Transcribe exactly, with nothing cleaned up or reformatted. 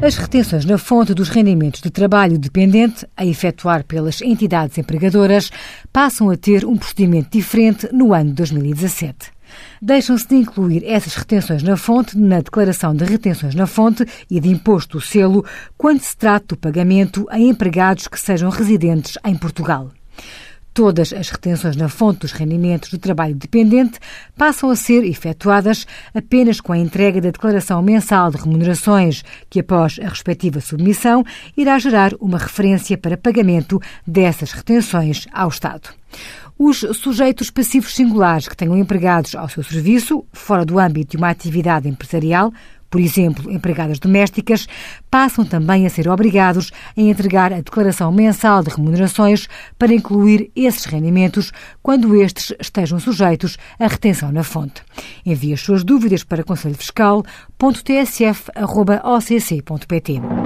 As retenções na fonte dos rendimentos de trabalho dependente, a efetuar pelas entidades empregadoras, passam a ter um procedimento diferente no ano de dois mil e dezassete. Deixam-se de incluir essas retenções na fonte na declaração de retenções na fonte e de imposto do selo quando se trata do pagamento a empregados que sejam residentes em Portugal. Todas as retenções na fonte dos rendimentos de trabalho dependente passam a ser efetuadas apenas com a entrega da declaração mensal de remunerações, que após a respectiva submissão irá gerar uma referência para pagamento dessas retenções ao Estado. Os sujeitos passivos singulares que tenham empregados ao seu serviço, fora do âmbito de uma atividade empresarial, por exemplo, empregadas domésticas, passam também a ser obrigados a entregar a declaração mensal de remunerações para incluir esses rendimentos quando estes estejam sujeitos à retenção na fonte. Envie as suas dúvidas para conselho fiscal ponto t s f arroba o c c ponto p t.